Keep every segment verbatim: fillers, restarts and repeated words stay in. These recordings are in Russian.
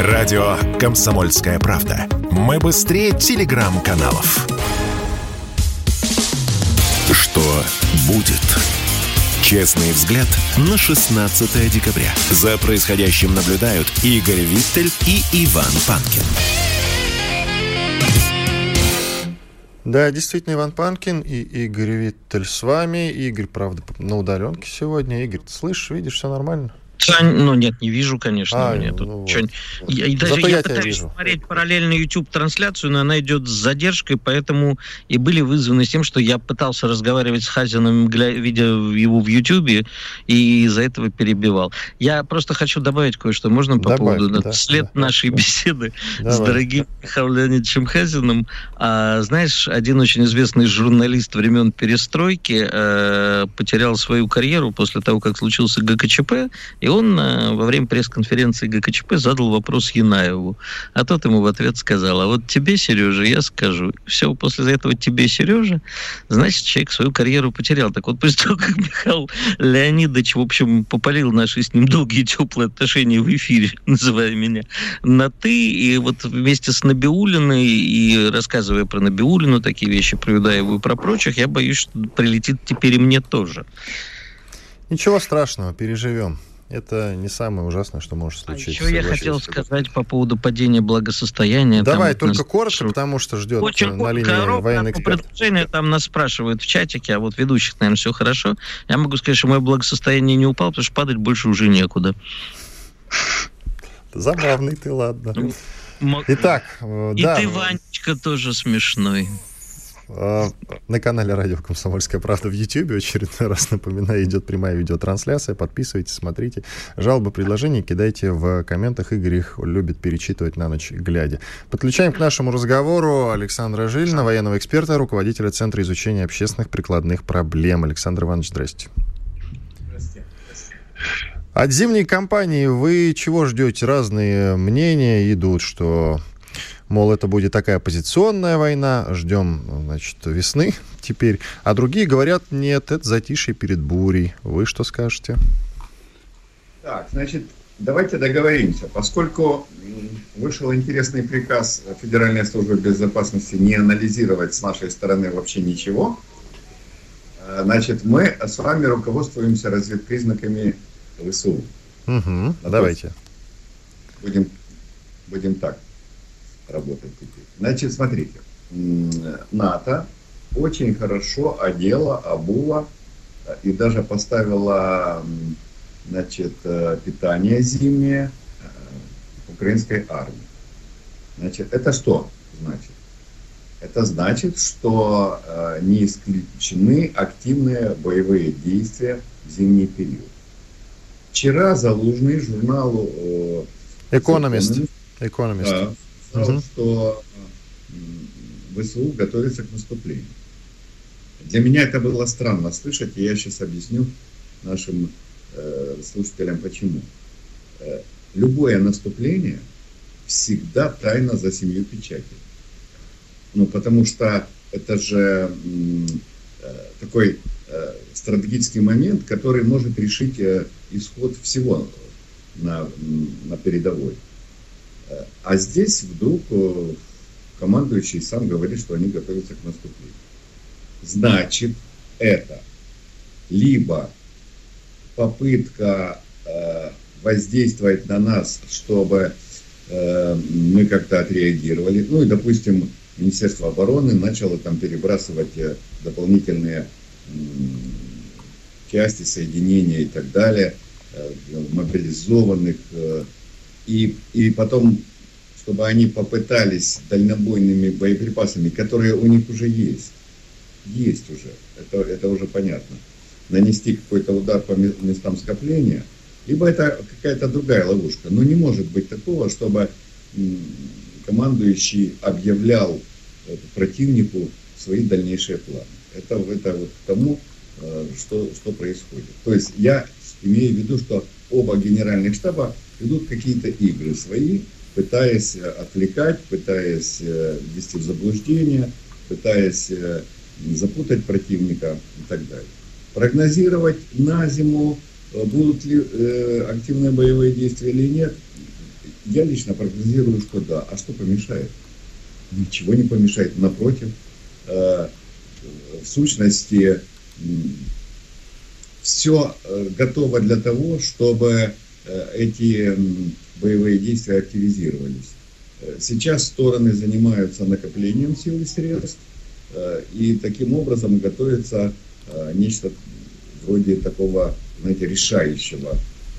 Радио «Комсомольская правда». Мы быстрее телеграм-каналов. Что будет? Честный взгляд на шестнадцатое декабря. За происходящим наблюдают Игорь Виттель и Иван Панкин. Да, действительно, Иван Панкин и Игорь Виттель с вами. Игорь, правда, на удаленке сегодня. Игорь, ты слышишь, видишь, все нормально? Ну, нет, не вижу, конечно. А, нет, ну, вот. вот. Я, и даже Зато я, я пытаюсь вижу. смотреть параллельно YouTube-трансляцию, но она идет с задержкой, поэтому и были вызваны тем, что я пытался разговаривать с Хазиным, видя его в YouTube, и из-за этого перебивал. Я просто хочу добавить кое-что. Можно по Добавь, поводу... да, Вслед да, нашей да. беседы Давай. с дорогим Михаилом Леонидовичем Хазиным. А, знаешь, один очень известный журналист времен перестройки а, потерял свою карьеру после того, как случился ГКЧП, и он а, во время пресс-конференции ГКЧП задал вопрос Янаеву. А тот ему в ответ сказал: а вот тебе, Сережа, я скажу. Все, после этого тебе, Сережа, значит, человек свою карьеру потерял. Так вот, после того, как Михаил Леонидович, в общем, попалил наши с ним долгие теплые отношения в эфире, называя меня на «ты», и вот вместе с Набиуллиной, и рассказывая про Набиуллину такие вещи, про Юдаеву и про прочих, я боюсь, что прилетит теперь и мне тоже. Ничего страшного, переживем. Это не самое ужасное, что может случиться. А еще я хотел сказать по поводу падения благосостояния. Давай, там, только нас... коротко, потому что ждет Очень на линии военный эксперт. Предложение там нас спрашивают в чатике, а вот ведущих, наверное, все хорошо. Я могу сказать, что мое благосостояние не упало, потому что падать больше уже некуда. Забавный ты, ладно. М- Итак, И да. ты, Ванечка, тоже смешной. На канале «Радио Комсомольская правда» в Ютьюбе, очередной раз напоминаю, идет прямая видеотрансляция. Подписывайтесь, смотрите. Жалобы, предложения кидайте в комментах. Игорь их любит перечитывать на ночь глядя. Подключаем к нашему разговору Александра Жилина, военного эксперта, руководителя Центра изучения общественных прикладных проблем. Александр Иванович, здрасте. Здрасте. От зимней кампании вы чего ждете? Разные мнения идут, что... Мол, это будет такая оппозиционная война, ждем, значит, весны теперь. А другие говорят, нет, это затишье перед бурей. Вы что скажете? Так, значит, давайте договоримся. Поскольку вышел интересный приказ Федеральной службы безопасности не анализировать с нашей стороны вообще ничего, значит, мы с вами руководствуемся разведпризнаками ВСУ. Угу, давайте. Будем, будем так работать теперь. Значит, смотрите, НАТО очень хорошо одела, обула и даже поставила, значит, питание зимнее украинской армии. Значит, это что значит? Это значит, что не исключены активные боевые действия в зимний период. Вчера Залужный журналу «Экономист», «Экономист», да, сказал, угу. что ВСУ готовится к наступлению. Для меня это было странно слышать, и я сейчас объясню нашим э, слушателям почему. Э, любое наступление всегда тайна за семью печатей. Ну, потому что это же э, такой э, стратегический момент, который может решить э, исход всего на, на передовой. А здесь вдруг командующий сам говорит, что они готовятся к наступлению. Значит, это либо попытка э, воздействовать на нас, чтобы э, мы как-то отреагировали. Ну и, допустим, Министерство обороны начало там перебрасывать дополнительные э, части, соединения и так далее, э, мобилизованных. Э, И, и потом, чтобы они попытались дальнобойными боеприпасами, которые у них уже есть, есть уже, это, это уже понятно, нанести какой-то удар по местам скопления, либо это какая-то другая ловушка. Но не может быть такого, чтобы командующий объявлял противнику свои дальнейшие планы. Это, это вот к тому, что, что происходит. То есть я имею в виду, что оба генеральных штаба ведут какие-то игры свои, пытаясь отвлекать, пытаясь ввести в заблуждение, пытаясь запутать противника и так далее. Прогнозировать на зиму, будут ли активные боевые действия или нет, я лично прогнозирую, что да. А что помешает? Ничего не помешает. Напротив, в сущности, все готово для того, чтобы эти боевые действия активизировались. Сейчас стороны занимаются накоплением сил и средств, и таким образом готовится нечто вроде такого, знаете, решающего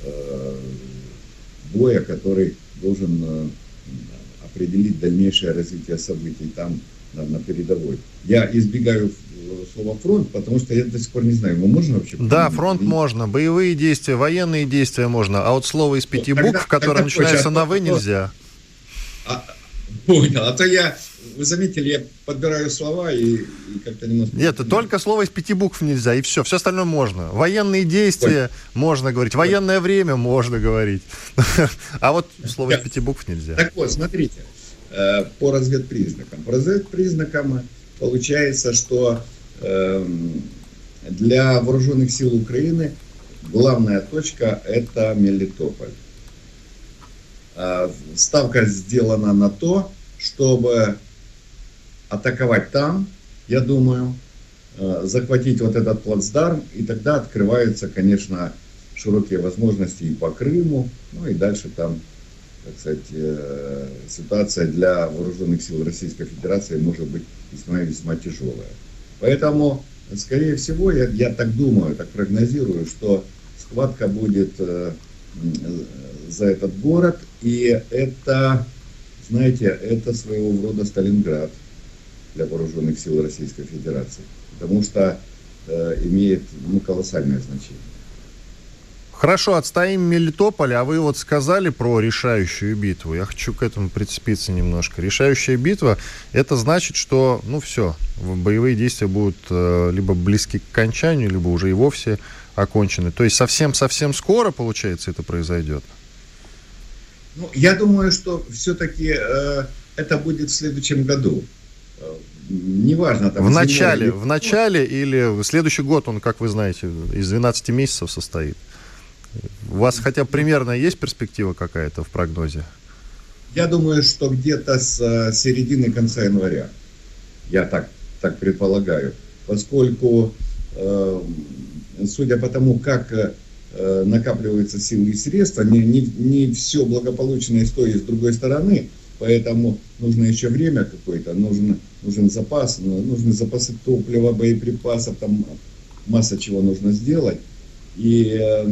боя, который должен определить дальнейшее развитие событий там, на, на передовой. Я избегаю слова фронт, потому что я до сих пор не знаю, его можно вообще... Да, фронт или... можно, боевые действия, военные действия можно, а вот слово из пяти ну, букв, тогда, которое тогда начинается на «вы», нельзя. А, понял, а то я, вы заметили, я подбираю слова и, и как-то немножко... Нет, только слово из пяти букв нельзя, и все, все остальное можно. Военные действия Ой. можно говорить, военное Ой. время можно говорить, а вот слово из пяти букв нельзя. Так вот, смотрите, по разведпризнакам. По разведпризнакам получается, что для вооруженных сил Украины главная точка – это Мелитополь. Ставка сделана на то, чтобы атаковать там, я думаю, захватить вот этот плацдарм, и тогда открываются, конечно, широкие возможности и по Крыму, ну и дальше там, так сказать, ситуация для вооруженных сил Российской Федерации может быть весьма и весьма тяжелая. Поэтому, скорее всего, я, я так думаю, так прогнозирую, что схватка будет за этот город, и это, знаете, это своего рода Сталинград для вооруженных сил Российской Федерации, потому что э, имеет ну, колоссальное значение. Хорошо, отстоим Мелитополь, а вы вот сказали про решающую битву. Я хочу к этому прицепиться немножко. Решающая битва, это значит, что, ну все, боевые действия будут э, либо близки к окончанию, либо уже и вовсе окончены. То есть совсем-совсем скоро, получается, это произойдет? Ну, я думаю, что все-таки э, это будет в следующем году. Э, неважно, там... В начале, или... в начале или в следующий год он, как вы знаете, из двенадцати месяцев состоит. У вас хотя бы примерно есть перспектива какая-то в прогнозе? Я думаю, что где-то с середины конца января. Я так, так предполагаю. Поскольку, э, судя по тому, как э, накапливаются силы и средства, не, не, не все благополучно и с той, и с другой стороны, поэтому нужно еще время какое-то, нужен, нужен запас, нужны запасы топлива, боеприпасов, там масса чего нужно сделать. И э,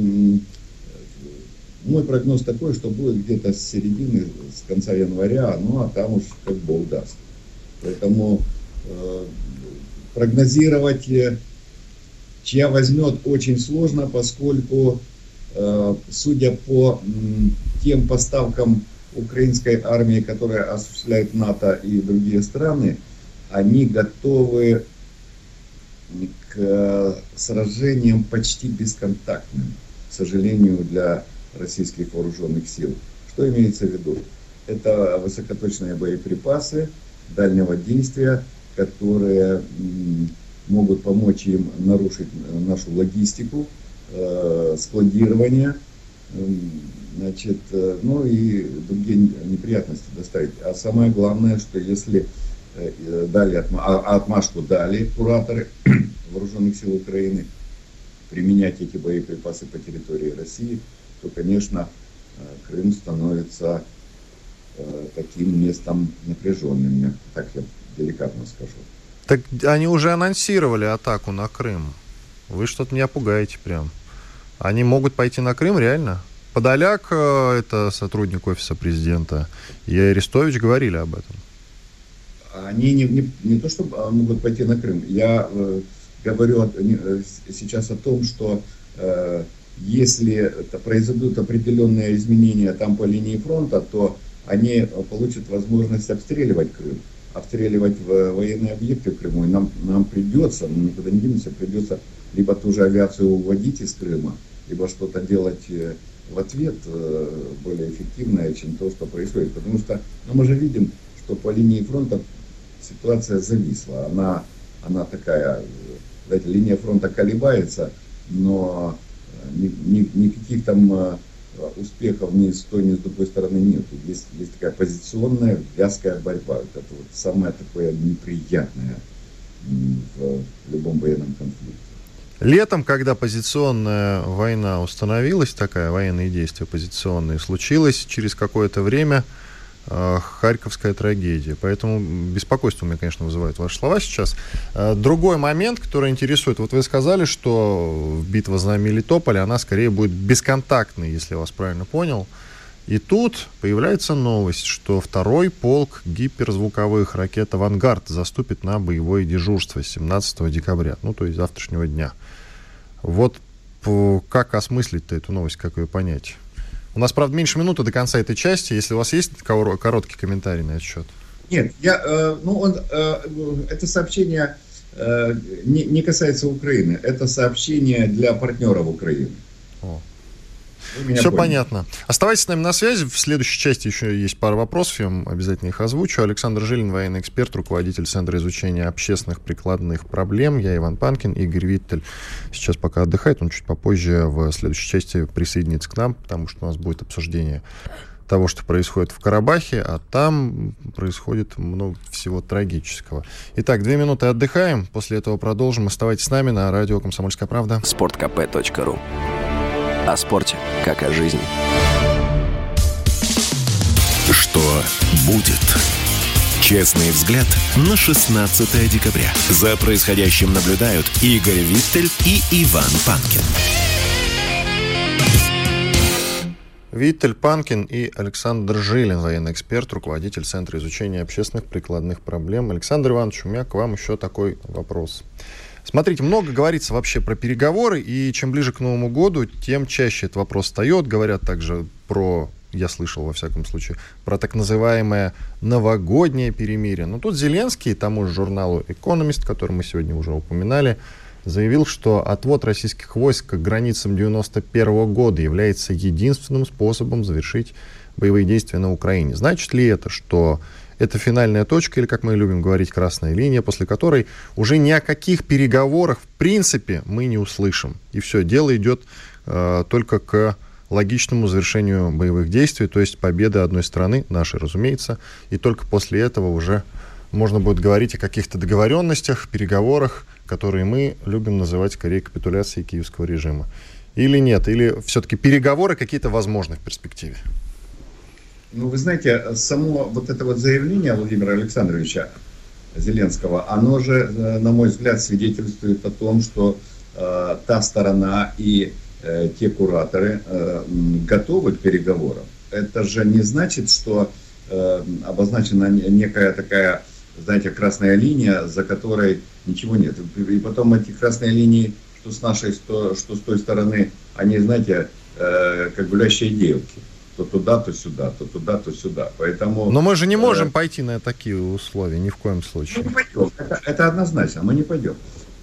мой прогноз такой, что будет где-то с середины, с конца января, ну а там уж как Бог даст. Поэтому э, прогнозировать, чья возьмет, очень сложно, поскольку, э, судя по м, тем поставкам украинской армии, которые осуществляют НАТО и другие страны, они готовы к сражениям почти бесконтактным, к сожалению, для российских вооруженных сил. Что имеется в виду? Это высокоточные боеприпасы дальнего действия, которые могут помочь им нарушить нашу логистику, складирование, значит, ну и другие неприятности доставить. А самое главное, что если дали отма- а отмашку дали кураторы вооруженных сил Украины применять эти боеприпасы по территории России, то, конечно, Крым становится таким местом напряженным, так я деликатно скажу. Так они уже анонсировали атаку на Крым. Вы что-то меня пугаете прям. Они могут пойти на Крым, реально? Подоляк, это сотрудник офиса президента, и Арестович говорили об этом. Они не, не, не то, что могут пойти на Крым. Я э, говорю от, не, сейчас о том, что э, если это произойдут определенные изменения там по линии фронта, то они получат возможность обстреливать Крым, обстреливать в, военные объекты в Крыму. И нам, нам придется, мы никуда не денемся, придется либо ту же авиацию уводить из Крыма, либо что-то делать в ответ э, более эффективное, чем то, что происходит. Потому что ну, мы же видим, что по линии фронта ситуация зависла. Она, она такая, знаете, линия фронта колебается, но ни, ни, никаких там успехов ни с той, ни с другой стороны нет. Есть, есть такая позиционная, вязкая борьба. Это вот самое такое неприятное в любом военном конфликте. Летом, когда позиционная война установилась, такая военные действия позиционные, случилось через какое-то время э, Харьковская трагедия. Поэтому беспокойство у меня, конечно, вызывают ваши слова сейчас. Э, другой момент, который интересует. Вот вы сказали, что битва за Мелитополь, она скорее будет бесконтактной, если я вас правильно понял. И тут появляется новость, что второй полк гиперзвуковых ракет «Авангард» заступит на боевое дежурство семнадцатого декабря, ну, то есть завтрашнего дня. Вот как осмыслить-то эту новость, как ее понять? У нас, правда, меньше минуты до конца этой части. Если у вас есть короткий комментарий на этот счет. Нет, я, э, ну, он, э, это сообщение э, не, не касается Украины. Это сообщение для партнеров Украины. О. Все поняли. Понятно. Оставайтесь с нами на связи. В следующей части еще есть пара вопросов. Я вам обязательно их озвучу. Александр Жилин, военный эксперт, руководитель Центра изучения общественных прикладных проблем. Я Иван Панкин. Игорь Виттель сейчас пока отдыхает. Он чуть попозже в следующей части присоединится к нам, потому что у нас будет обсуждение того, что происходит в Карабахе, а там происходит много всего трагического. Итак, две минуты отдыхаем. После этого продолжим. Оставайтесь с нами на радио «Комсомольская правда». спорт кэ пэ точка ру. О спорте, как о жизни. Что будет? Честный взгляд на шестнадцатое декабря. За происходящим наблюдают Игорь Виттель и Иван Панкин. Виттель, Панкин и Александр Жилин, военный эксперт, руководитель Центра изучения общественных прикладных проблем. Александр Иванович, у меня к вам еще такой вопрос. Смотрите, много говорится вообще про переговоры, и чем ближе к Новому году, тем чаще этот вопрос встает. Говорят также про, я слышал во всяком случае, про так называемое новогоднее перемирие. Но тут Зеленский, тому же журналу «Экономист», который мы сегодня уже упоминали, заявил, что отвод российских войск к границам девяносто первого года является единственным способом завершить боевые действия на Украине. Значит ли это, что это финальная точка, или, как мы любим говорить, красная линия, после которой уже ни о каких переговорах в принципе мы не услышим. И все, дело идет э, только к логичному завершению боевых действий, то есть победы одной страны, нашей, разумеется, и только после этого уже можно будет говорить о каких-то договоренностях, переговорах, которые мы любим называть скорее капитуляцией киевского режима. Или нет? Или все-таки переговоры какие-то возможны в перспективе? Ну, вы знаете, само вот это вот заявление Владимира Александровича Зеленского, оно же, на мой взгляд, свидетельствует о том, что э, та сторона и э, те кураторы э, готовы к переговорам. Это же не значит, что э, обозначена некая такая, знаете, красная линия, за которой ничего нет. И потом эти красные линии, что с нашей, что, что с той стороны, они, знаете, э, как гулящие девки. То туда, то сюда, то туда, то сюда. Поэтому, но мы же не можем э, пойти на такие условия, ни в коем случае. Мы не пойдем. Это, это однозначно, мы не пойдем.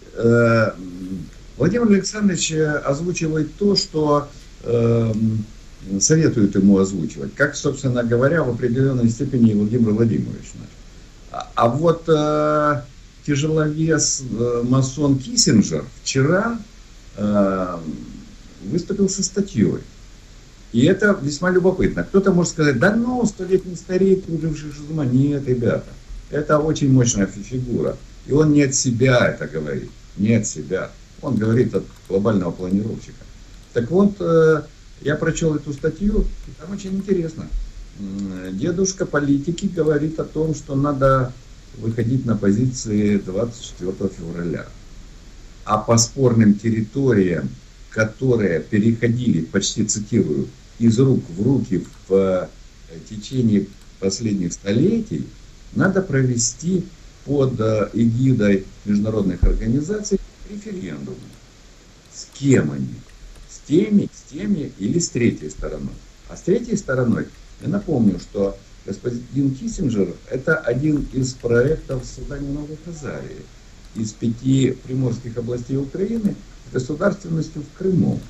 Э, Владимир Александрович озвучивает то, что э, советуют ему озвучивать. Как, собственно говоря, в определенной степени Владимир Владимирович. А, а вот э, тяжеловес э, масон Киссинджер вчера э, выступил со статьей. И это весьма любопытно. Кто-то может сказать, да ну, столетний старик, проживший из ума. Нет, ребята, это очень мощная фигура. И он не от себя это говорит, не от себя. Он говорит от глобального планировщика. Так вот, я прочел эту статью, и там очень интересно. Дедушка политики говорит о том, что надо выходить на позиции двадцать четвёртого февраля. А по спорным территориям, которые переходили, почти цитирую, из рук в руки в течение последних столетий, надо провести под эгидой международных организаций референдум. С кем они? С теми, с теми или с третьей стороной? А с третьей стороной, я напомню, что господин Киссинджер – это один из проектов создания Новой Хазарии. Из пяти приморских областей Украины государственностью в Крыму.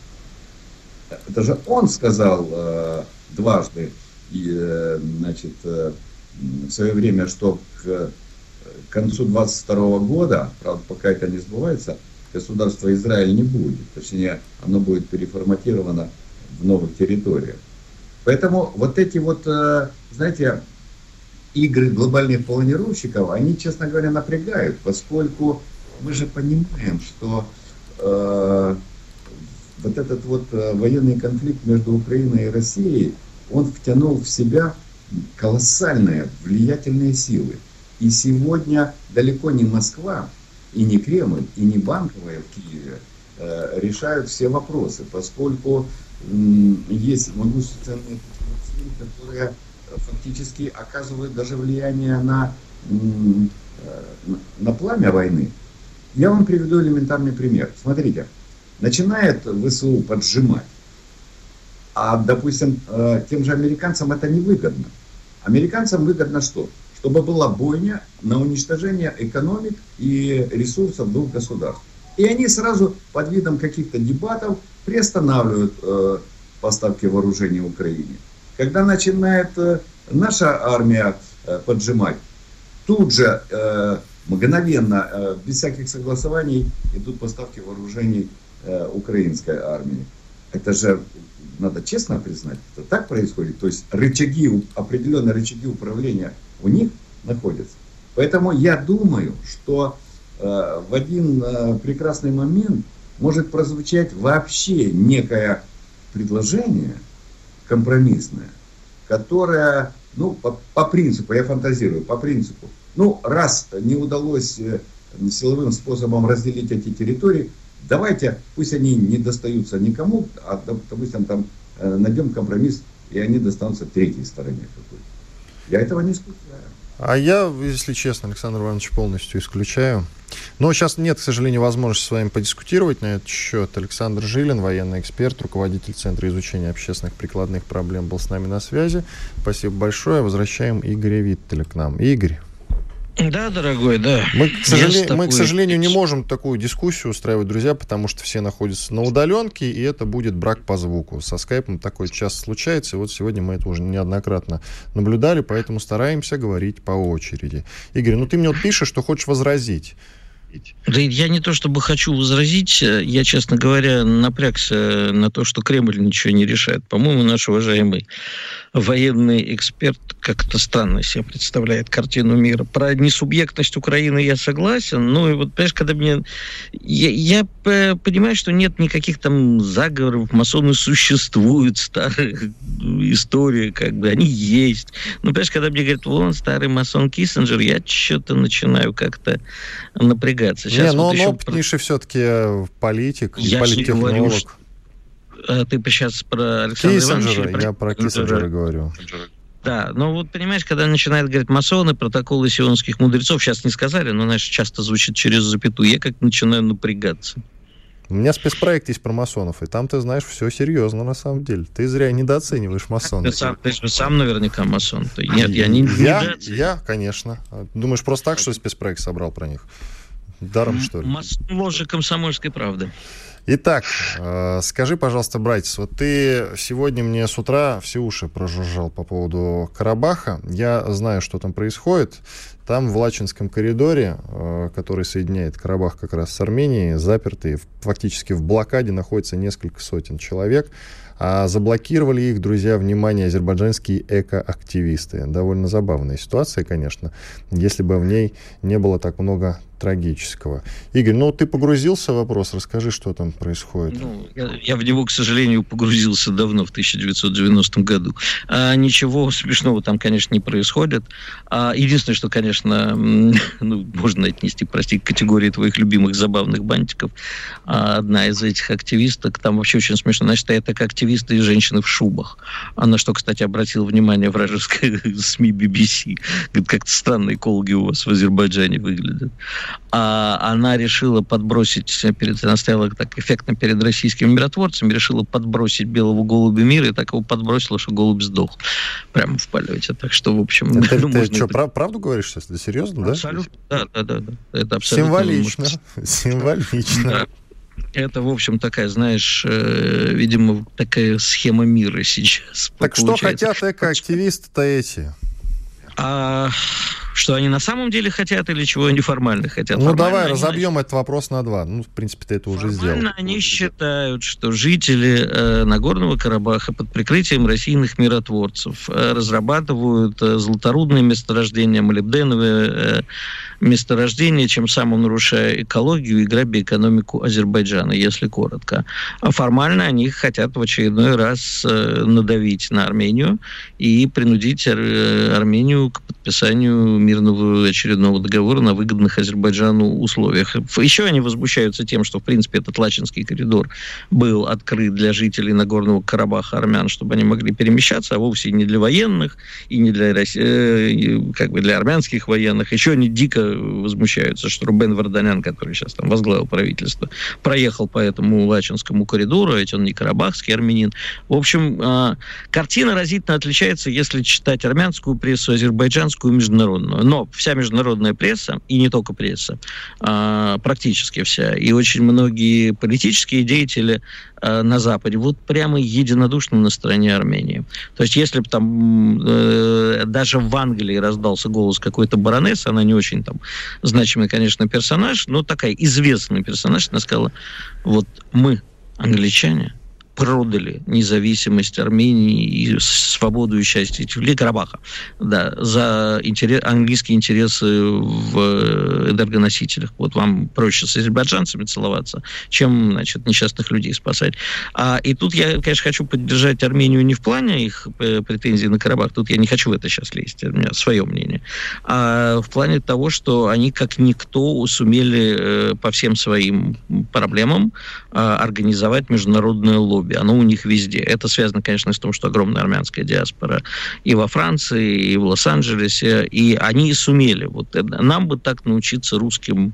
Это же он сказал э, дважды, э, значит, э, в свое время, что к концу двадцать второго года, правда, пока это не сбывается, государства Израиль не будет. Точнее, оно будет переформатировано в новых территориях. Поэтому вот эти вот, знаете, игры глобальных планировщиков, они, честно говоря, напрягают, поскольку мы же понимаем, что э, вот этот вот военный конфликт между Украиной и Россией, он втянул в себя колоссальные влиятельные силы. И сегодня далеко не Москва, и не Кремль, и не Банковая в Киеве э, решают все вопросы, поскольку э, есть могущественные силы, которые фактически оказывают даже влияние на, э, на пламя войны. Я вам приведу элементарный пример. Смотрите, начинает ВСУ поджимать, а, допустим, э, тем же американцам это невыгодно. Американцам выгодно что? Чтобы была бойня на уничтожение экономик и ресурсов двух государств. И они сразу под видом каких-то дебатов приостанавливают э, поставки вооружений Украине. Когда начинает э, наша армия э, поджимать, тут же э, мгновенно, э, без всяких согласований, идут поставки вооружений э, украинской армии. Это же, надо честно признать, это так происходит. То есть рычаги, определенные рычаги управления у них находятся. Поэтому я думаю, что э, в один э, прекрасный момент может прозвучать вообще некое предложение компромиссное, которое, ну, по, по принципу, я фантазирую, по принципу, ну, раз не удалось э, силовым способом разделить эти территории, давайте, пусть они не достаются никому, а, допустим, там э, найдем компромисс, и они достанутся третьей стороне какой-то. Я этого не исключаю. А я, если честно, Александр Иванович, полностью исключаю. Но сейчас нет, к сожалению, возможности с вами подискутировать на этот счет. Александр Жилин, военный эксперт, руководитель Центра изучения общественных прикладных проблем, был с нами на связи. Спасибо большое. Возвращаем Игоря Виттеля к нам. Игорь. Да, дорогой, да. Мы, к, сожалению, мы, к сожалению, не можем такую дискуссию устраивать, друзья, потому что все находятся на удаленке, и это будет брак по звуку. Со скайпом такое часто случается, и вот сегодня мы это уже неоднократно наблюдали, поэтому стараемся говорить по очереди. Игорь, ну ты мне вот пишешь, что хочешь возразить. Да я не то чтобы хочу возразить, я, честно говоря, напрягся на то, что Кремль ничего не решает. По-моему, наш уважаемый военный эксперт как-то странно себе представляет картину мира. Про несубъектность Украины я согласен, ну и вот, понимаешь, когда мне... Я, я понимаю, что нет никаких там заговоров, масоны существуют, старые истории, как бы, они есть. Ну, понимаешь, когда мне говорят, вон, старый масон Киссинджер, я что-то начинаю как-то напрягаться. Сейчас не, вот но он опытнейший про... все-таки политик, я политтехнолог. А ты сейчас про Александра Киссинджера, Ивановича? Я про Киссинджера говорю. Да, но вот понимаешь, когда начинают говорить масоны, протоколы сионских мудрецов, сейчас не сказали, но, знаешь, часто звучит через запятую, я как начинаю напрягаться. У меня спецпроект есть про масонов, и там, ты знаешь, все серьезно на самом деле. Ты зря недооцениваешь масонов. Ты сам, ты же сам наверняка масон. Ты, нет, я не я, я, конечно. Думаешь, просто так, что спецпроект собрал про них? Даром, что ли? Масон ложи комсомольской правды. Итак, э, скажи, пожалуйста, братец, вот ты сегодня мне с утра все уши прожужжал по поводу Карабаха. Я знаю, что там происходит. Там в Лачинском коридоре, э, который соединяет Карабах как раз с Арменией, запертые, фактически в блокаде находится несколько сотен человек. А заблокировали их, друзья, внимание, азербайджанские экоактивисты. Довольно забавная ситуация, конечно, если бы в ней не было так много трагического. Игорь, ну ты погрузился в вопрос, расскажи, что там происходит. Ну, я, я в него, к сожалению, погрузился давно, в тысяча девятьсот девяностом году. А, ничего смешного там, конечно, не происходит. А, единственное, что, конечно, ну, можно отнести, прости, к категории твоих любимых забавных бантиков. А, одна из этих активисток, там вообще очень смешно, значит, это как активисты и женщины в шубах. На что, кстати, обратил внимание вражеская СМИ би би си. Говорит, как-то странные экологи у вас в Азербайджане выглядят. А она решила подбросить, перед, она стояла так эффектно перед российскими миротворцами, решила подбросить белого голубя мира, и так его подбросила, что голубь сдох. Прямо в полете. Так что, в общем... Это, ну, ты что, это... правду говоришь сейчас? Это серьезно, да? Абсолютно, да, да, да. да. Это абсолютно... Символично. Символично. Да. Это, в общем, такая, знаешь, э, видимо, такая схема мира сейчас. Так получается. Что хотят экоактивисты-то эти? А... что они на самом деле хотят или чего они формально хотят. Ну, формально давай они, разобьем значит, этот вопрос на два. Ну, в принципе, ты это уже сделал. Формально они считают, что жители э, Нагорного Карабаха под прикрытием российских миротворцев э, разрабатывают э, золоторудные месторождения, молибденовые э, месторождения, чем самым нарушая экологию и грабя экономику Азербайджана, если коротко. А формально они хотят в очередной раз э, надавить на Армению и принудить ар- Армению к подписанию мирного очередного договора на выгодных Азербайджану условиях. Еще они возмущаются тем, что, в принципе, этот Лачинский коридор был открыт для жителей Нагорного Карабаха, армян, чтобы они могли перемещаться, а вовсе не для военных и не для, э, как бы для армянских военных. Еще они дико возмущаются, что Рубен Варданян, который сейчас там возглавил правительство, проехал по этому Лачинскому коридору, ведь он не карабахский армянин. В общем, э, картина разительно отличается, если читать армянскую прессу, азербайджанскую, международную. Но вся международная пресса, и не только пресса, э, практически вся, и очень многие политические деятели э, на Западе вот прямо единодушно на стороне Армении. То есть, если бы там э, даже в Англии раздался голос какой-то баронессы, она не очень там значимый, конечно, персонаж, но такая известный персонаж, она сказала, вот мы, англичане, продали независимость Армении и свободу и счастье Карабаха, да, за интерес, английские интересы в энергоносителях. Вот вам проще с азербайджанцами целоваться, чем, значит, несчастных людей спасать. А, и тут я, конечно, хочу поддержать Армению не в плане их претензий на Карабах, тут я не хочу в это сейчас лезть, у меня свое мнение, а в плане того, что они как никто сумели по всем своим проблемам организовать международное лобби. Оно у них везде. Это связано, конечно, с тем, что огромная армянская диаспора и во Франции, и в Лос-Анджелесе, и они сумели. Вот нам бы так научиться русским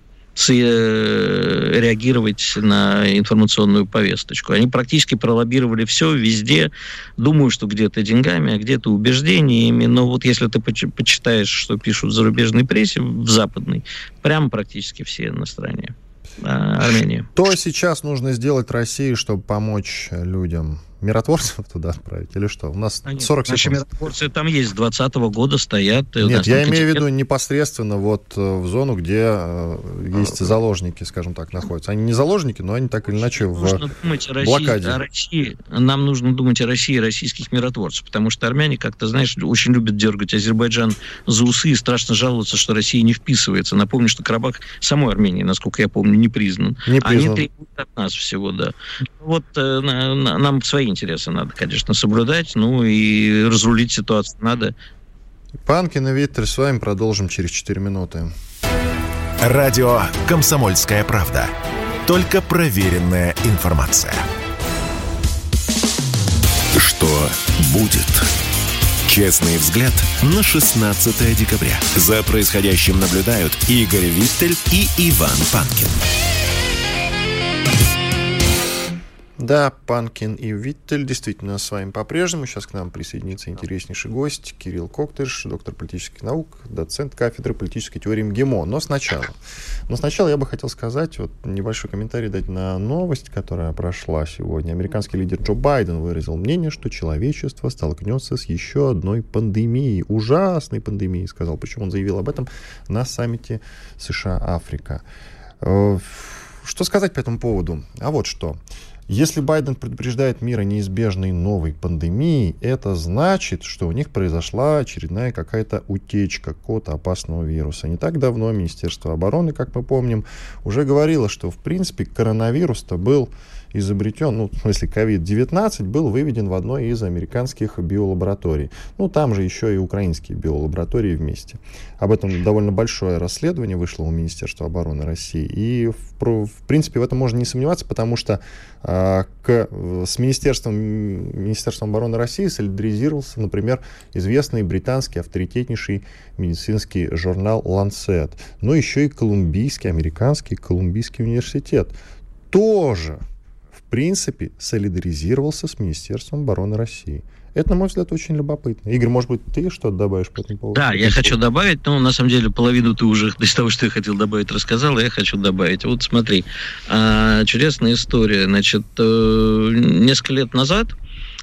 реагировать на информационную повесточку. Они практически пролоббировали все везде. Думаю, что где-то деньгами, а где-то убеждениями. Но вот если ты почитаешь, что пишут в зарубежной прессе, в западной, прямо практически все на стороне Армении. Что сейчас нужно сделать России, чтобы помочь людям? Миротворцев туда отправить или что? У нас а нет, сорок секунд. Наши миротворцы там есть, с двадцатого года стоят. Нет, я имею в виду непосредственно вот в зону, где э, есть а, заложники, скажем так, находятся. Они не заложники, но они так или иначе в блокаде. О России, нам нужно думать о России и российских миротворцев, потому что армяне, как ты знаешь, очень любят дергать Азербайджан за усы и страшно жаловаться, что Россия не вписывается. Напомню, что Карабах самой Армении, насколько я помню, не признан. Не признан. Они требуют от нас всего, да. Вот э, на, на, нам свои интересы надо, конечно, соблюдать, ну и разрулить ситуацию надо. Панкин и Виттель, с вами продолжим через четыре минуты. Радио «Комсомольская правда». Только проверенная информация. Что будет? Честный взгляд на шестнадцатое декабря. За происходящим наблюдают Игорь Виттель и Иван Панкин. Да, Панкин и Виттель действительно с вами по-прежнему. Сейчас к нам присоединится интереснейший гость Кирилл Коктыш, доктор политических наук, доцент кафедры политической теории МГИМО. Но сначала, но сначала я бы хотел сказать, вот небольшой комментарий дать на новость, которая прошла сегодня. Американский лидер Джо Байден выразил мнение, что человечество столкнется с еще одной пандемией, ужасной пандемией, сказал. Причем он заявил об этом на саммите США-Африка. Что сказать по этому поводу? А вот что. Если Байден предупреждает мир о неизбежной новой пандемии, это значит, что у них произошла очередная какая-то утечка какого-то опасного вируса. Не так давно Министерство обороны, как мы помним, уже говорило, что в принципе коронавирус-то был изобретен, ну, в смысле ковид девятнадцать был выведен в одной из американских биолабораторий. Ну, там же еще и украинские биолаборатории вместе. Об этом довольно большое расследование вышло у Министерства обороны России. И, в, в принципе, в этом можно не сомневаться, потому что а, к, с Министерством, Министерством обороны России солидаризировался, например, известный британский авторитетнейший медицинский журнал Lancet. Но еще и колумбийский, американский Колумбийский университет тоже в принципе, солидаризировался с Министерством обороны России. Это, на мой взгляд, очень любопытно. Игорь, может быть, ты что-то добавишь по этому поводу? Да, я хочу добавить, но на самом деле половину ты уже из того, что я хотел добавить, рассказал, а я хочу добавить. Вот смотри, чудесная история. Значит, несколько лет назад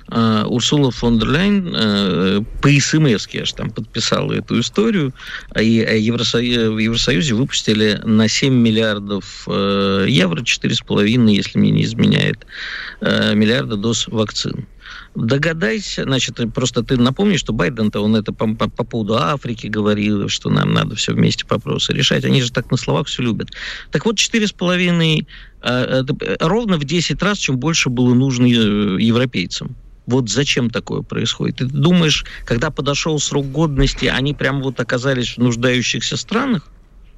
Урсула фон дер Ляйен по СМС-ке аж там подписала эту историю, и в Евросоюзе выпустили на семь миллиардов евро, четыре с половиной, если мне не изменяет, миллиарда доз вакцин. Догадайся, значит, просто ты напомни, что Байден-то, он это по, по, по поводу Африки говорил, что нам надо все вместе вопросы решать. Они же так на словах все любят. Так вот, четыре с половиной, э, э, ровно в десять раз, чем больше было нужно европейцам. Вот зачем такое происходит? Ты думаешь, когда подошел срок годности, они прям вот оказались в нуждающихся странах?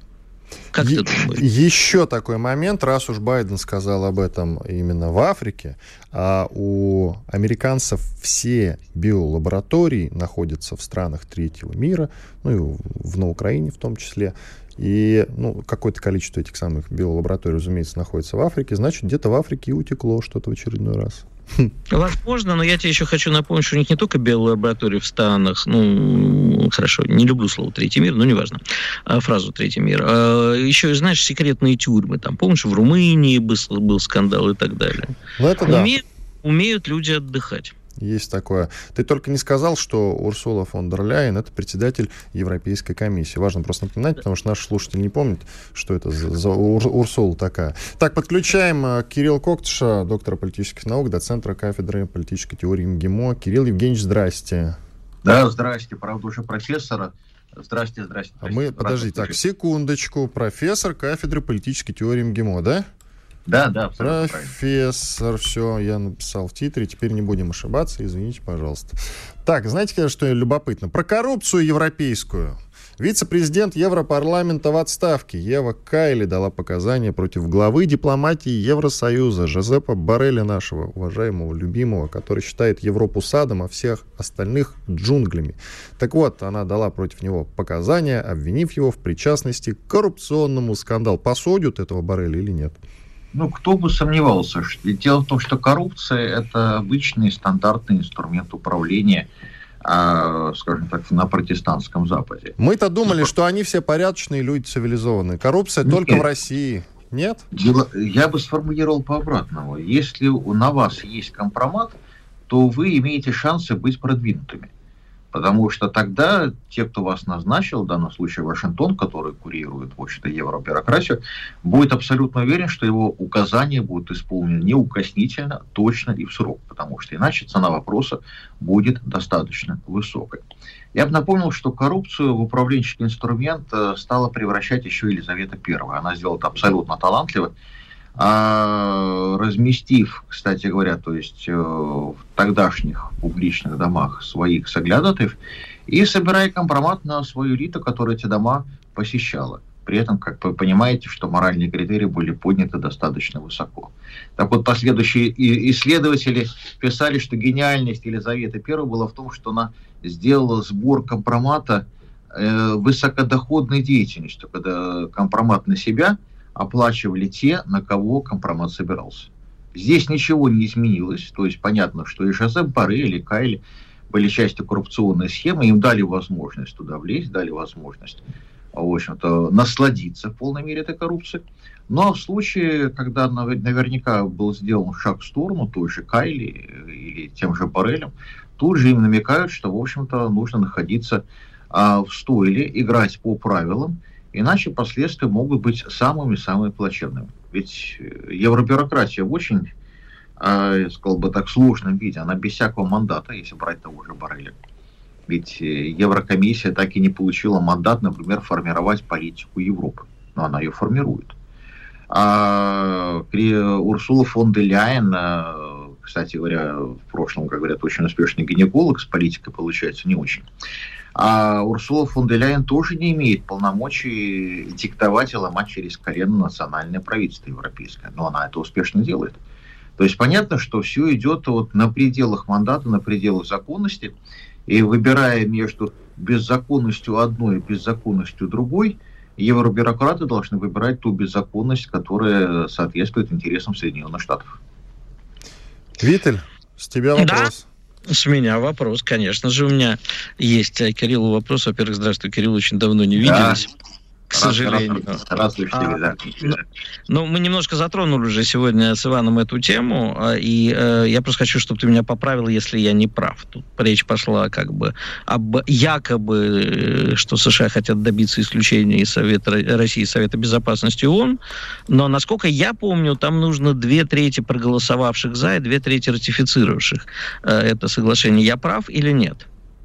Как Е- ты думаешь? Еще такой момент, раз уж Байден сказал об этом именно в Африке, а у американцев все биолаборатории находятся в странах третьего мира, ну и в, на Украине в том числе, и ну, какое-то количество этих самых биолабораторий, разумеется, находится в Африке, значит, где-то в Африке и утекло что-то в очередной раз. Возможно, но я тебе еще хочу напомнить, что у них не только биолаборатории в странах, ну, хорошо, не люблю слово «третий мир», но неважно, фразу «третий мир». А еще, знаешь, секретные тюрьмы, там, помнишь, в Румынии был, был скандал и так далее. Ну, это умеют, да. Умеют люди отдыхать. Есть такое. Ты только не сказал, что Урсула фон дер Ляйен — это председатель Европейской комиссии. Важно просто напоминать, потому что наши слушатели не помнят, что это за, за Ур, Урсула такая. Так, подключаем Кирилла Коктыша, доктора политических наук, доцентра кафедры политической теории МГИМО. Кирилл Евгеньевич, здрасте. Да, здрасте, правда, уже профессора. Здрасте, здрасте. А мы, подожди, так, секундочку. Профессор кафедры политической теории МГИМО, да? Да, да, абсолютно профессор, все, я написал в титре, теперь не будем ошибаться, извините, пожалуйста. Так, знаете, что любопытно? Про коррупцию европейскую. Вице-президент Европарламента в отставке Ева Кайли дала показания против главы дипломатии Евросоюза Жозепа Борреля, нашего уважаемого, любимого, который считает Европу садом, а всех остальных джунглями. Так вот, она дала против него показания, обвинив его в причастности к коррупционному скандалу. Посудят этого Борреля или нет? Ну, кто бы сомневался. Ведь дело в том, что коррупция – это обычный стандартный инструмент управления, а, скажем так, на протестантском Западе. Мы-то думали, что они все порядочные люди, цивилизованные. Коррупция Нет. только в России. Нет? Дело, я бы сформулировал по-обратному. Если на вас есть компромат, то вы имеете шансы быть продвинутыми. Потому что тогда те, кто вас назначил, в данном случае Вашингтон, который курирует, в общем-то, евробюрократию, будет абсолютно уверен, что его указания будут исполнены неукоснительно, точно и в срок, потому что иначе цена вопроса будет достаточно высокой. Я бы напомнил, что коррупцию в управленческий инструмент стала превращать еще Елизавета Первая. Она сделала это абсолютно талантливо. А, разместив, кстати говоря, то есть э, в тогдашних публичных домах своих соглядатаев и собирая компромат на свою элиту, которая эти дома посещала. При этом, как вы понимаете, что моральные критерии были подняты достаточно высоко. Так вот, последующие исследователи писали, что гениальность Елизаветы Первой была в том, что она сделала сбор компромата э, высокодоходной деятельностью, когда компромат на себя оплачивали те, на кого компромат собирался. Здесь ничего не изменилось, то есть понятно, что и Жозеп Боррель, и Кайли были частью коррупционной схемы, им дали возможность туда влезть, дали возможность, в общем-то, насладиться в полной мере этой коррупцией. Но в случае, когда наверняка был сделан шаг в сторону той же Кайли или тем же Боррелем, тут же им намекают, что, в общем-то, нужно находиться а, в стойле, играть по правилам, иначе последствия могут быть самыми-самыми плачевными. Ведь евробюрократия в очень, э, я сказал бы так, сложном виде, она без всякого мандата, если брать того же Борреля. Ведь Еврокомиссия так и не получила мандат, например, формировать политику Европы. Но она ее формирует. А Урсула фон дер Ляйен, кстати говоря, в прошлом, как говорят, очень успешный гинеколог, с политикой получается не очень. А Урсула фон дер Ляйен тоже не имеет полномочий диктовать и ломать через колено национальное правительство европейское. Но она это успешно делает. То есть понятно, что все идет вот на пределах мандата, на пределах законности. И выбирая между беззаконностью одной и беззаконностью другой, евробюрократы должны выбирать ту беззаконность, которая соответствует интересам Соединенных Штатов. Виталь, с тебя вопрос. Да? С меня вопрос, конечно же, у меня есть к Кириллу вопрос. Во-первых, здравствуй, Кирилл, очень давно не виделись. к сожалению. Раз, раз, раз, а, да. ну, ну, мы немножко затронули уже сегодня с Иваном эту тему, и э, я просто хочу, чтобы ты меня поправил, если я не прав. Тут речь пошла как бы об якобы, что США хотят добиться исключения из Совета России, Совета Безопасности ООН, но, насколько я помню, там нужно две трети проголосовавших за и две трети ратифицировавших э, это соглашение. Я прав или нет?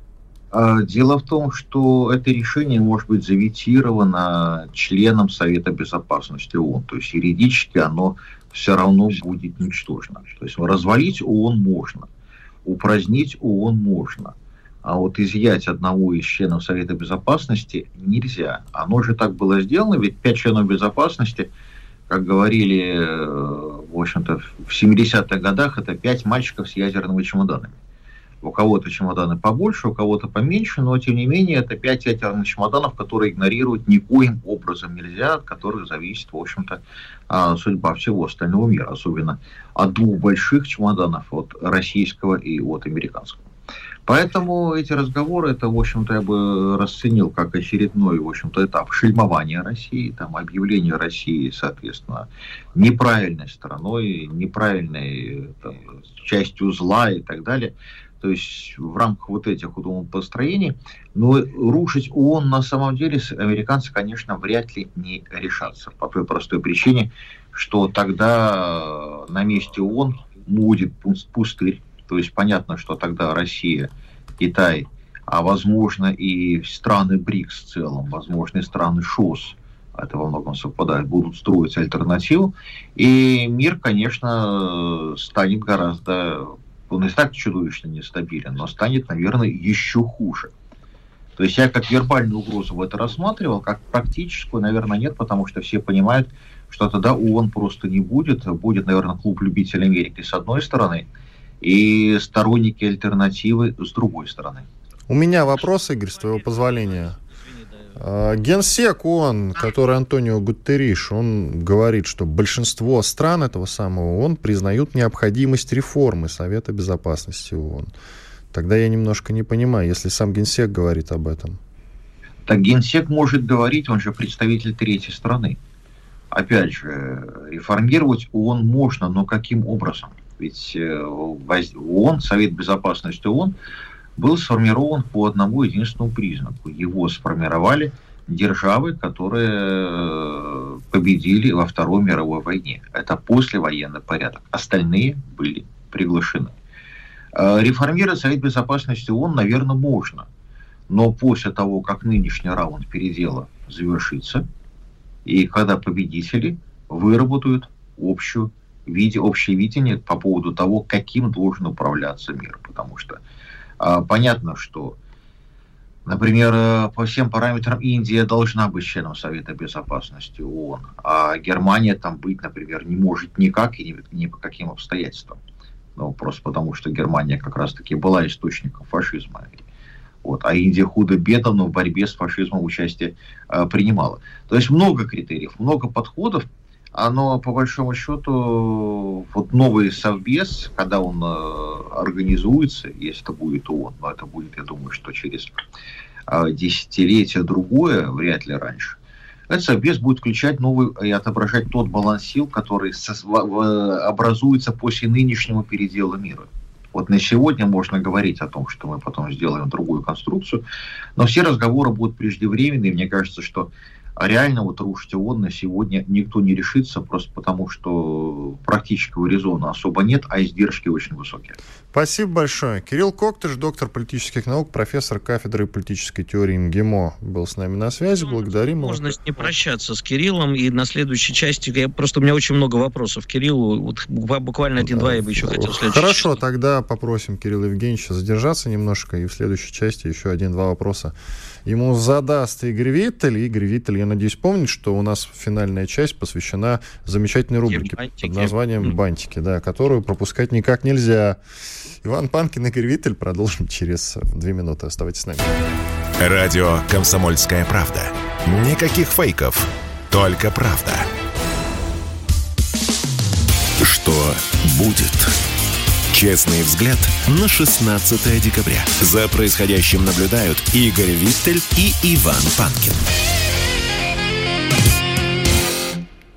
Дело в том, что это решение может быть заветировано членом Совета Безопасности ООН. То есть юридически оно все равно будет ничтожно. То есть развалить ООН можно, упразднить ООН можно. А вот изъять одного из членов Совета Безопасности нельзя. Оно же так было сделано, ведь пять членов безопасности, как говорили, в общем-то, в семидесятых годах, это пять мальчиков с ядерными чемоданами. У кого-то чемоданы побольше, у кого-то поменьше, но, тем не менее, это пять ядерных чемоданов, которые игнорировать никоим образом нельзя, от которых зависит, в общем-то, судьба всего остального мира, особенно от двух больших чемоданов, от российского и от американского. Поэтому эти разговоры, это, в общем-то, я бы расценил как очередной, в общем-то, этап шельмования России, там, объявление России, соответственно, неправильной страной, неправильной там, частью зла и так далее. То есть в рамках вот этих умопостроений. Но рушить ООН на самом деле американцы, конечно, вряд ли не решатся. По той простой причине, что тогда на месте ООН будет пустырь. То есть понятно, что тогда Россия, Китай, а возможно и страны БРИКС в целом, возможно и страны ШОС, это во многом совпадает, будут строить альтернативу. И мир, конечно, станет гораздо... Он и так чудовищно нестабилен, но станет, наверное, еще хуже. То есть я как вербальную угрозу в это рассматривал, как практическую, наверное, нет, потому что все понимают, что тогда ООН просто не будет. Будет, наверное, клуб любителей Америки с одной стороны и сторонники альтернативы с другой стороны. У меня вопрос, Игорь, с твоего позволения. Генсек ООН, который Антонио Гутерриш, он говорит, что большинство стран этого самого ООН признают необходимость реформы Совета Безопасности ООН. Тогда я немножко не понимаю, если сам Генсек говорит об этом. Так Генсек может говорить, он же представитель третьей страны. Опять же, реформировать ООН можно, но каким образом? Ведь ООН, Совет Безопасности ООН, был сформирован по одному единственному признаку. Его сформировали державы, которые победили во Второй мировой войне. Это послевоенный порядок. Остальные были приглашены. Реформировать Совет Безопасности ООН, наверное, можно. Но после того, как нынешний раунд передела завершится, и когда победители выработают общую, виде, общее видение по поводу того, каким должен управляться мир. Потому что понятно, что, например, по всем параметрам Индия должна быть членом Совета Безопасности ООН, а Германия там быть, например, не может никак и ни, ни по каким обстоятельствам. Ну, просто потому, что Германия как раз-таки была источником фашизма. Вот, а Индия худо-бедно, но в борьбе с фашизмом участие а, принимала. То есть много критериев, много подходов. Но по большому счету вот новый совбез, когда он э, организуется, если это будет ООН, но это будет, я думаю, что через э, десятилетие другое, вряд ли раньше, этот совбез будет включать новый и отображать тот баланс сил, который со, в, образуется после нынешнего передела мира. Вот на сегодня можно говорить о том, что мы потом сделаем другую конструкцию, но все разговоры будут преждевременные, и мне кажется, что а реально вот рушить ООН на сегодня никто не решится, просто потому что практического резона особо нет, а издержки очень высокие. Спасибо большое. Кирилл Коктыш, доктор политических наук, профессор кафедры политической теории МГИМО, был с нами на связи. Благодарим его. Можно не прощаться с Кириллом, и на следующей части, я, просто у меня очень много вопросов к Кириллу, вот буквально один-два я бы еще хотел следующий. Хорошо, части. Тогда попросим Кирилла Евгеньевича задержаться немножко, и в следующей части еще один-два вопроса ему задаст Игорь Виттель. Игорь Виттель, я надеюсь, помнит, что у нас финальная часть посвящена замечательной рубрике бантики. Под названием «Бантики», да, которую пропускать никак нельзя. Иван Панкин, Игорь Виттель. Продолжим через две минуты. Оставайтесь с нами. Радио «Комсомольская правда». Никаких фейков, только правда. Что будет? Честный взгляд на шестнадцатое декабря. За происходящим наблюдают Игорь Виттель и Иван Панкин.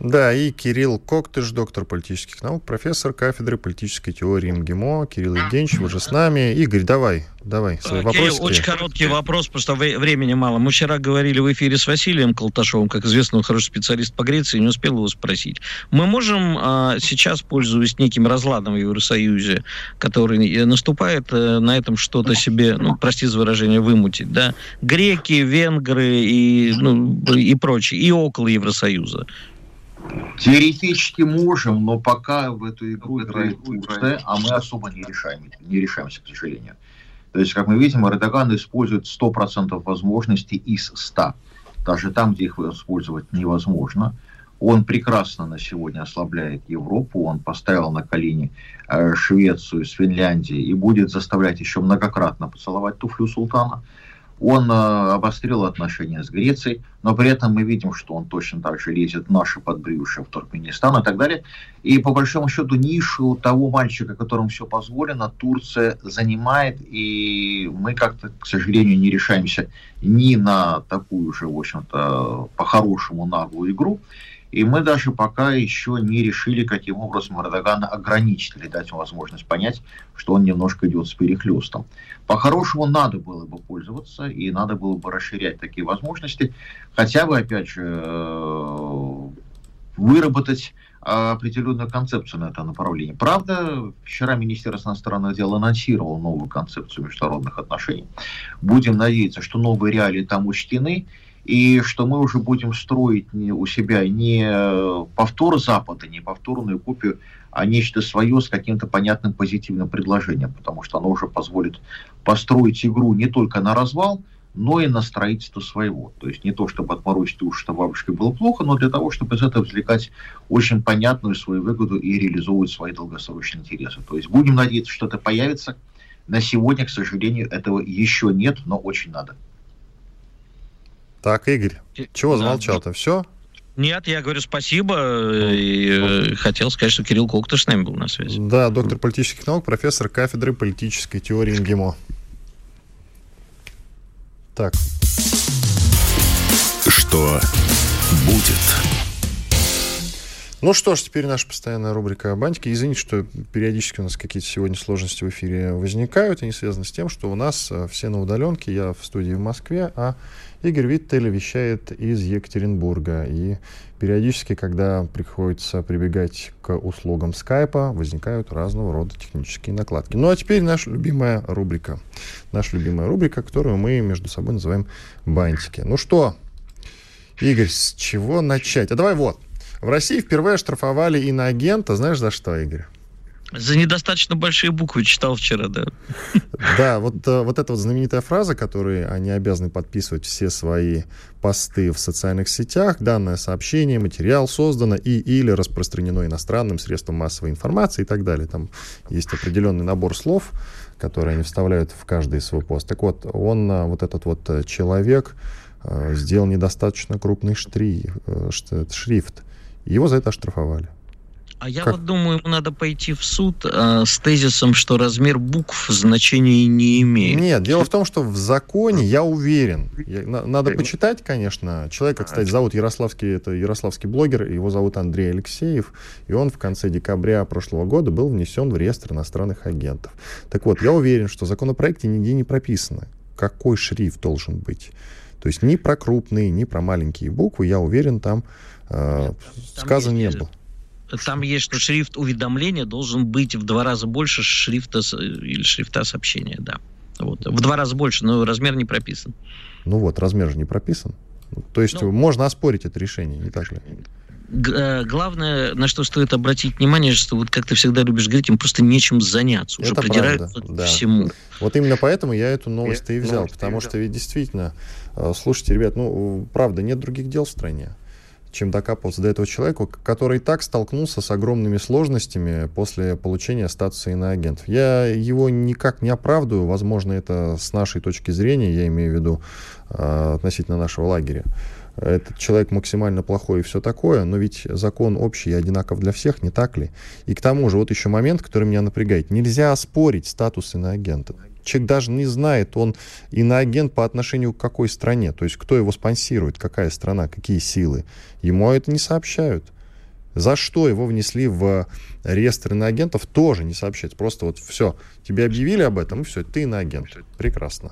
Да, и Кирилл Коктыш, доктор политических наук, профессор кафедры политической теории МГИМО. Кирилл Евгеньевич, вы же с нами. Игорь, давай, давай, свои Кирилл, вопросы. очень короткий вопрос, просто времени мало. Мы вчера говорили в эфире с Василием Колташовым, как известно, он хороший специалист по Греции, не успел его спросить. Мы можем а, сейчас, пользуясь неким разладом в Евросоюзе, который наступает, на этом что-то себе, ну, прости за выражение, вымутить, да? Греки, венгры и, ну, и прочие, и около Евросоюза. Теоретически можем, но пока в эту игру играет Турция, а мы особо не решаем, не решаемся, к сожалению. То есть, как мы видим, Эрдоган использует сто процентов возможностей из ста. Даже там, где их использовать невозможно. Он прекрасно на сегодня ослабляет Европу. Он поставил на колени Швецию с Финляндией и будет заставлять еще многократно поцеловать туфлю султана. Он э, обострил отношения с Грецией, но при этом мы видим, что он точно так же лезет в наши подбрюшья, в Туркменистан и так далее. И по большому счету нишу того мальчика, которому все позволено, Турция занимает, и мы как-то, к сожалению, не решаемся ни на такую же, в общем-то, по-хорошему наглую игру. И мы даже пока еще не решили, каким образом Эрдогана ограничить или дать ему возможность понять, что он немножко идет с перехлестом. По-хорошему надо было бы пользоваться и надо было бы расширять такие возможности, хотя бы, опять же, выработать определенную концепцию на это направление. Правда, вчера Министерство иностранных дел анонсировало новую концепцию международных отношений. Будем надеяться, что новые реалии там учтены, и что мы уже будем строить не у себя не повтор Запада, не повторную копию, а нечто свое с каким-то понятным позитивным предложением, потому что оно уже позволит построить игру не только на развал, но и на строительство своего. То есть не то, чтобы отморозить уши, что бабушке было плохо, но для того, чтобы из этого извлекать очень понятную свою выгоду и реализовывать свои долгосрочные интересы. То есть будем надеяться, что это появится. На сегодня, к сожалению, этого еще нет, но очень надо. Так, Игорь, чего замолчал-то? Все? Нет, я говорю спасибо. И хотел сказать, что Кирилл Коктыш с нами был на связи. Да, доктор политических наук, профессор кафедры политической теории МГИМО. Так. Что будет? Ну что ж, теперь наша постоянная рубрика «Бантики». Извините, что периодически у нас какие-то сегодня сложности в эфире возникают. Они связаны с тем, что у нас все на удаленке. Я в студии в Москве, а Игорь Виттель вещает из Екатеринбурга. И периодически, когда приходится прибегать к услугам скайпа, возникают разного рода технические накладки. Ну а теперь наша любимая рубрика. Наша любимая рубрика, которую мы между собой называем «Бантики». Ну что, Игорь, с чего начать? А давай вот. В России впервые оштрафовали иноагента. Знаешь, за что, Игорь? За недостаточно большие буквы читал вчера, да. Да, вот, вот эта вот знаменитая фраза, которой они обязаны подписывать все свои посты в социальных сетях, данное сообщение, материал создано и или распространено иностранным средством массовой информации и так далее. Там есть определенный набор слов, которые они вставляют в каждый свой пост. Так вот, он, вот этот вот человек, сделал недостаточно крупный штрих, шрифт. Его за это оштрафовали. А я как? вот думаю, ему надо пойти в суд э, с тезисом, что размер букв значения не имеет. Нет, дело в том, что в законе, я уверен, я, на, надо почитать, конечно. Человека, кстати, зовут Ярославский, это ярославский блогер, его зовут Андрей Алексеев, и он в конце декабря прошлого года был внесен в реестр иностранных агентов. Так вот, я уверен, что в законопроекте нигде не прописано, какой шрифт должен быть. То есть ни про крупные, ни про маленькие буквы, я уверен, там, э, там сказано не было. Там есть, что шрифт уведомления должен быть в два раза больше шрифта или шрифта сообщения, да. Вот. В два раза больше, но размер не прописан. Ну вот, размер же не прописан. То есть ну, можно оспорить это решение, не так ли? Г- главное, на что стоит обратить внимание, что вот как ты всегда любишь говорить, им просто нечем заняться. Уже это придираются правда, к да. всему. Вот именно поэтому я эту новость и взял, потому что ведь действительно, слушайте, ребят, ну, правда, нет других дел в стране, чем докапываться до этого человека, который и так столкнулся с огромными сложностями после получения статуса иноагентов. Я его никак не оправдываю, возможно, это с нашей точки зрения, я имею в виду э, относительно нашего лагеря. Этот человек максимально плохой и все такое, но ведь закон общий и одинаков для всех, не так ли? И к тому же, вот еще момент, который меня напрягает. Нельзя оспорить статус иноагента. Человек даже не знает, он иноагент по отношению к какой стране, то есть кто его спонсирует, какая страна, какие силы. Ему это не сообщают. За что его внесли в реестр иноагентов, тоже не сообщается. Просто вот все, тебе объявили об этом, и все, ты иноагент. Прекрасно.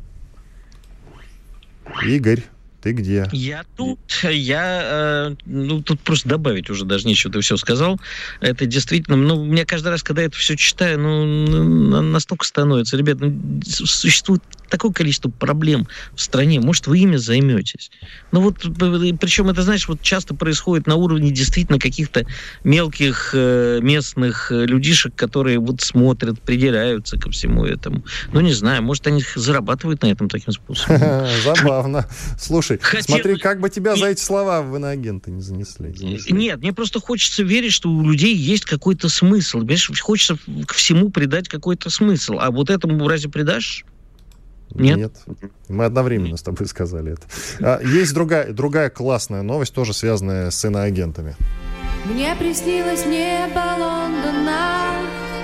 Игорь, ты где? Я тут, я, э, ну, тут просто добавить уже даже нечего, ты все сказал. Это действительно, ну, мне каждый раз, когда я это все читаю, ну, настолько становится. Ребят, ну, существует такое количество проблем в стране. Может, вы ими займетесь. Ну, вот, причем это, знаешь, вот часто происходит на уровне действительно каких-то мелких э, местных людишек, которые вот смотрят, придираются ко всему этому. Ну, не знаю, может, они зарабатывают на этом таким способом. Забавно. Слушай, Хотелось... смотри, как бы тебя за эти слова в иноагенты не занесли. занесли. Нет, мне просто хочется верить, что у людей есть какой-то смысл. Понимаешь, хочется к всему придать какой-то смысл. А вот этому разве придашь? Нет? Нет. Мы одновременно с тобой сказали это. А, есть другая, другая классная новость, тоже связанная с иноагентами. Мне приснилось небо Лондона.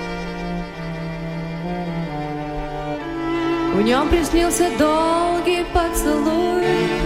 В нем приснился долгий поцелуй.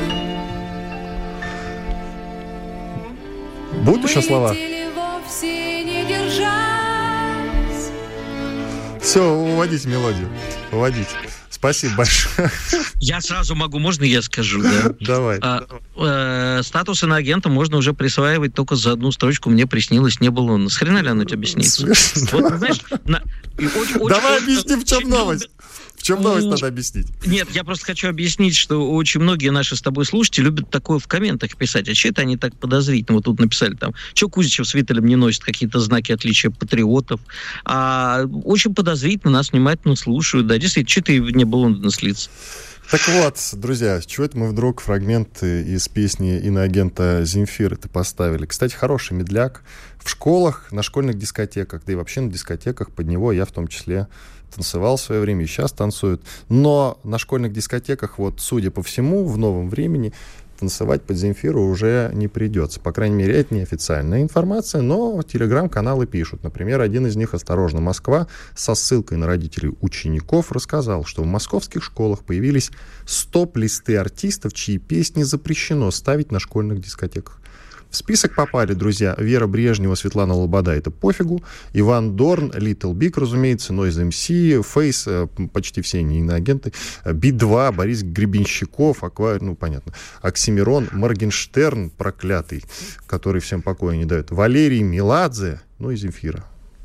Будут еще слова? Вовсе не держась. Все, уводите мелодию. Уводите. Спасибо большое. Я сразу могу, можно я скажу? Да? Давай. А, э, статус иноагента можно уже присваивать только за одну строчку. Мне приснилось, не было. С хрена ли оно тебе объяснится? Вот, знаешь, на... очень, Давай очень, объясни, в чем очень новость. В чем новость Ну, надо объяснить? Нет, я просто хочу объяснить, что очень многие наши с тобой слушатели любят такое в комментах писать. А че это они так подозрительно? Вот тут написали там, что Кузичев с Виттелем не носит какие-то знаки отличия патриотов. А очень подозрительно нас внимательно слушают. Да, действительно, что ты не был на слиться? Так вот, друзья, с чего это мы вдруг фрагменты из песни иноагента Земфиры-то поставили? Кстати, хороший медляк. В школах, на школьных дискотеках, да и вообще на дискотеках под него я в том числе танцевал в свое время, и сейчас танцуют. Но на школьных дискотеках, вот, судя по всему, в новом времени танцевать под Земфиру уже не придется. По крайней мере, это неофициальная информация, но телеграм-каналы пишут. Например, один из них, «Осторожно, Москва», со ссылкой на родителей учеников рассказал, что в московских школах появились стоп-листы артистов, чьи песни запрещено ставить на школьных дискотеках. В список попали, друзья, Вера Брежнева, Светлана Лобода, это пофигу, Иван Дорн, Little Big, разумеется, Noise эм си, Фейс, почти все не иноагенты, Би два, Борис Гребенщиков, Аква, ну, понятно, Оксимирон, Моргенштерн, проклятый, который всем покоя не дает, Валерий Меладзе, ну и Земфира.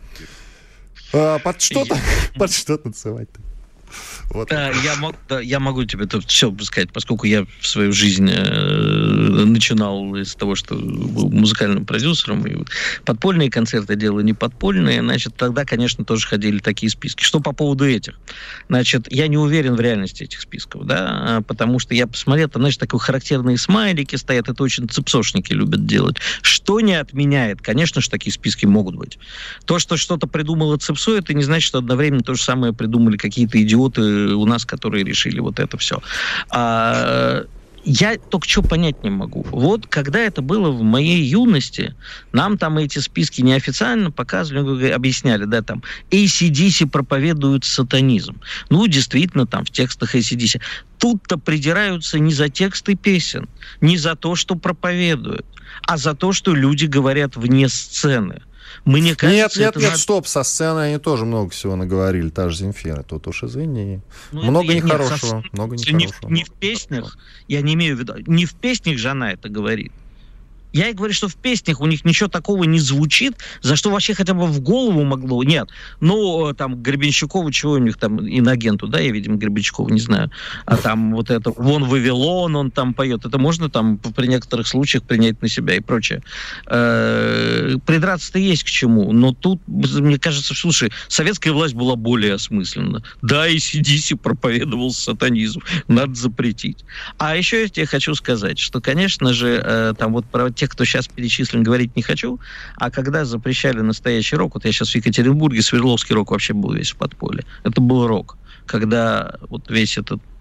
А, под что-то, под что танцевать-то? Вот. Да, я, мог, да, я могу тебе тут все сказать, поскольку я в свою жизнь э, начинал с того, что был музыкальным продюсером, и подпольные концерты делаю не подпольные, значит, тогда, конечно, тоже ходили такие списки. Что по поводу этих? Значит, я не уверен в реальности этих списков, да, потому что я посмотрел, там, знаешь, такие характерные смайлики стоят, это очень цепсошники любят делать. Что не отменяет? Конечно же, такие списки могут быть. То, что что-то придумало цепсо, это не значит, что одновременно то же самое придумали какие-то идиоты у нас, которые решили вот это все. А, я только что понять не могу. Вот когда это было в моей юности, нам там эти списки неофициально показывали, объясняли, да, там, эй си ди си проповедует сатанизм. Ну, действительно, там в текстах эй си ди си. Тут-то придираются не за тексты песен, не за то, что проповедуют, а за то, что люди говорят вне сцены. Мне кажется, нет, нет, нет, надо... стоп, со сцены они тоже много всего наговорили, та же Земфира, тут уж извини. Ну, много это... нехорошего, нет, со... много не нехорошего. В, не в песнях, я не имею в виду, не в песнях же она это говорит. Я и говорю, что в песнях у них ничего такого не звучит, за что вообще хотя бы в голову могло. Нет. Ну, там, Гребенщикову, чего у них там, инагенту, да, я, видимо, Гребенщикова не знаю. А там вот это, вон Вавилон, он там поет. Это можно там при некоторых случаях принять на себя и прочее. Э-э- придраться-то есть к чему. Но тут, мне кажется, слушай, советская власть была более осмысленна. Да, эй си ди си проповедовал сатанизм. Надо запретить. А еще я тебе хочу сказать, что, конечно же, э- там вот про тех, кто сейчас перечислен, говорить не хочу, а когда запрещали настоящий рок, вот я сейчас в Екатеринбурге, Свердловский рок вообще был весь в подполье. Это был рок. Когда вот весь этот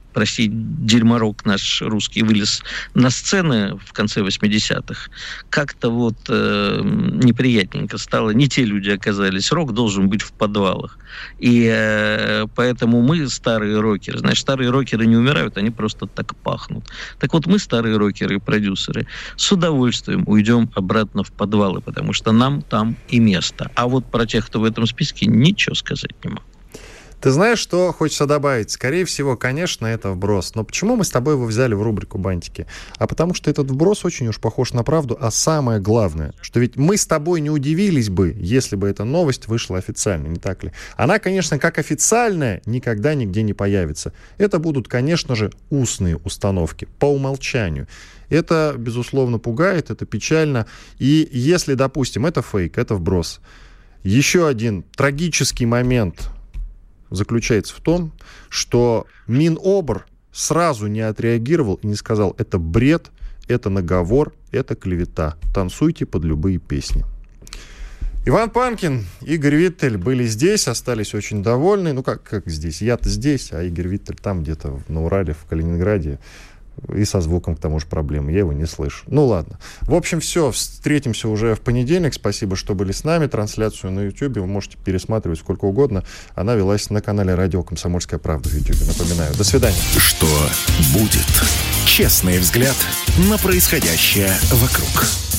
прости, дерьморок наш русский вылез на сцены в конце восьмидесятых, как-то вот э, неприятненько стало. Не те люди оказались. Рок должен быть в подвалах. И э, поэтому мы, старые рокеры, знаешь, старые рокеры не умирают, они просто так пахнут. Так вот, мы, старые рокеры и продюсеры, с удовольствием уйдем обратно в подвалы, потому что нам там и место. А вот про тех, кто в этом списке, ничего сказать не могу. Ты знаешь, что хочется добавить? Скорее всего, конечно, это вброс. Но почему мы с тобой его взяли в рубрику «Бантики»? А потому что этот вброс очень уж похож на правду. А самое главное, что ведь мы с тобой не удивились бы, если бы эта новость вышла официально, не так ли? Она, конечно, как официальная, никогда нигде не появится. Это будут, конечно же, устные установки по умолчанию. Это, безусловно, пугает, это печально. И если, допустим, это фейк, это вброс. Еще один трагический момент заключается в том, что Минобр сразу не отреагировал и не сказал: это бред, это наговор, это клевета. Танцуйте под любые песни. Иван Панкин, Игорь Виттель были здесь, остались очень довольны. Ну, как, как здесь? Я-то здесь, а Игорь Виттель там где-то на Урале, в Калининграде. И со звуком, к тому же, проблемы. Я его не слышу. Ну, ладно. В общем, все. Встретимся уже в понедельник. Спасибо, что были с нами. Трансляцию на YouTube вы можете пересматривать сколько угодно. Она велась на канале радио «Комсомольская правда» в YouTube. Напоминаю. До свидания. Что будет? Честный взгляд на происходящее вокруг.